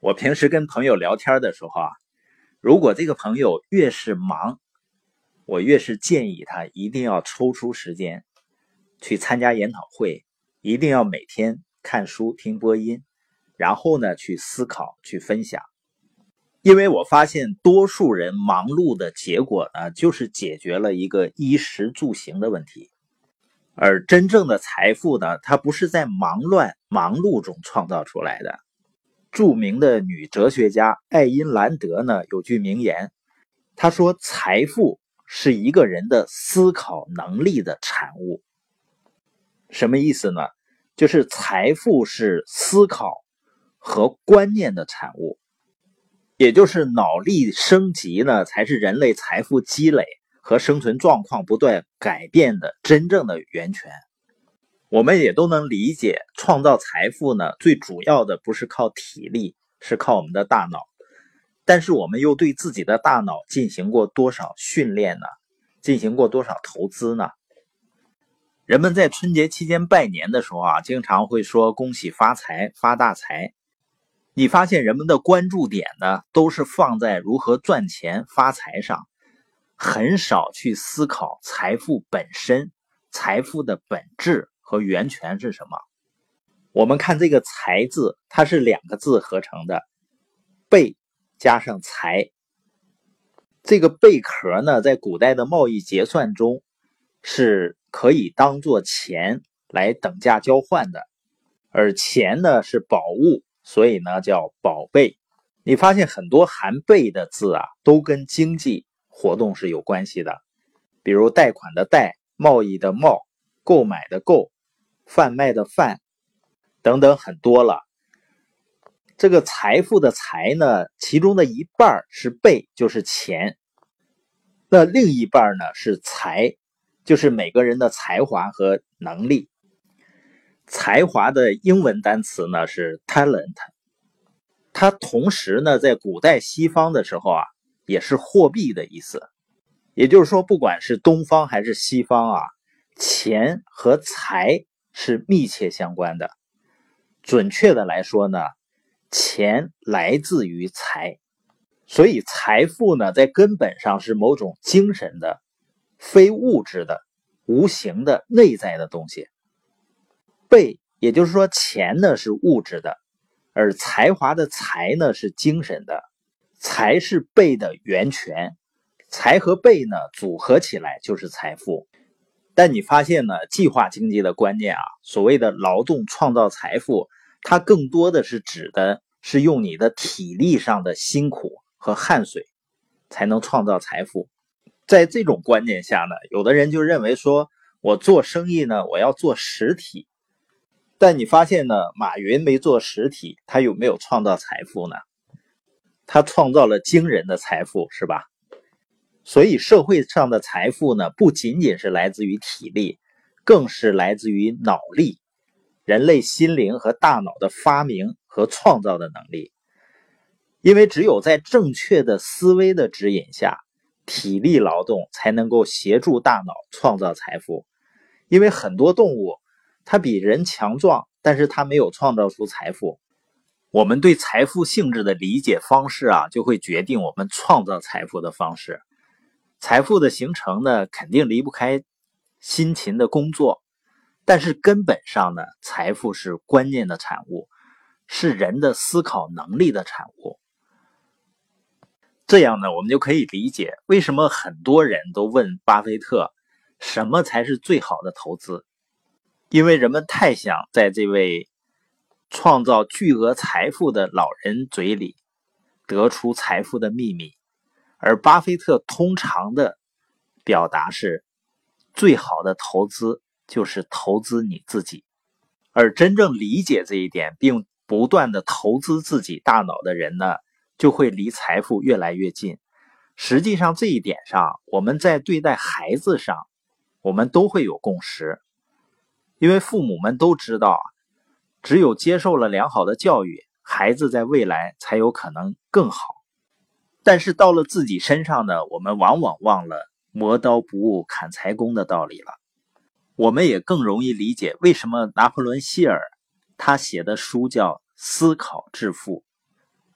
我平时跟朋友聊天的时候啊，如果这个朋友越是忙，我越是建议他一定要抽出时间去参加研讨会，一定要每天看书听播音，然后呢去思考去分享。因为我发现多数人忙碌的结果呢，就是解决了一个衣食住行的问题，而真正的财富呢，它不是在忙碌中创造出来的。著名的女哲学家爱因兰德呢有句名言，她说财富是一个人的思考能力的产物。什么意思呢？就是财富是思考和观念的产物，也就是脑力升级呢，才是人类财富积累和生存状况不断改变的真正的源泉。我们也都能理解，创造财富呢，最主要的不是靠体力，是靠我们的大脑。但是我们又对自己的大脑进行过多少训练呢？进行过多少投资呢？人们在春节期间拜年的时候啊，经常会说恭喜发财、发大财。你发现人们的关注点呢，都是放在如何赚钱、发财上，很少去思考财富本身、财富的本质和源泉是什么。我们看这个财字，它是两个字合成的，贝加上财。这个贝壳呢，在古代的贸易结算中是可以当作钱来等价交换的，而钱呢是宝物，所以呢叫宝贝。你发现很多含贝的字啊，都跟经济活动是有关系的，比如贷款的贷、贸易的贸、购买的购、贩卖的贩等等很多了。这个财富的财呢，其中的一半是贝，就是钱，那另一半呢是才，就是每个人的才华和能力。才华的英文单词呢是 talent， 它同时呢在古代西方的时候啊，也是货币的意思。也就是说，不管是东方还是西方啊，钱和财是密切相关的。准确的来说呢，钱来自于财，所以财富呢，在根本上是某种精神的、非物质的、无形的、内在的东西。贝，也就是说，钱呢是物质的，而才华的才呢是精神的，才是贝的源泉。财和贝呢组合起来就是财富。但你发现呢，计划经济的观念啊，所谓的劳动创造财富，它更多的是指的是用你的体力上的辛苦和汗水才能创造财富。在这种观念下呢，有的人就认为说，我做生意呢，我要做实体。但你发现呢，马云没做实体，他有没有创造财富呢？他创造了惊人的财富，是吧？所以社会上的财富呢，不仅仅是来自于体力，更是来自于脑力，人类心灵和大脑的发明和创造的能力。因为只有在正确的思维的指引下，体力劳动才能够协助大脑创造财富。因为很多动物它比人强壮，但是它没有创造出财富。我们对财富性质的理解方式啊，就会决定我们创造财富的方式。财富的形成呢，肯定离不开辛勤的工作，但是根本上呢，财富是观念的产物，是人的思考能力的产物。这样呢，我们就可以理解为什么很多人都问巴菲特，什么才是最好的投资？因为人们太想在这位创造巨额财富的老人嘴里得出财富的秘密。而巴菲特通常的表达是，最好的投资就是投资你自己。而真正理解这一点并不断的投资自己大脑的人呢，就会离财富越来越近。实际上这一点上，我们在对待孩子上，我们都会有共识。因为父母们都知道，只有接受了良好的教育，孩子在未来才有可能更好。但是到了自己身上呢，我们往往忘了磨刀不误砍柴工的道理了。我们也更容易理解为什么拿破仑希尔他写的书叫《思考致富》，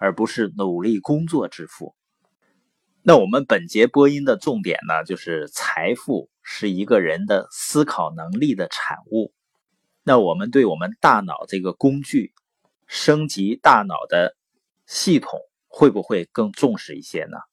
而不是努力工作致富。那我们本节播音的重点呢，就是财富是一个人的思考能力的产物。那我们对我们大脑这个工具，升级大脑的系统会不会更重视一些呢？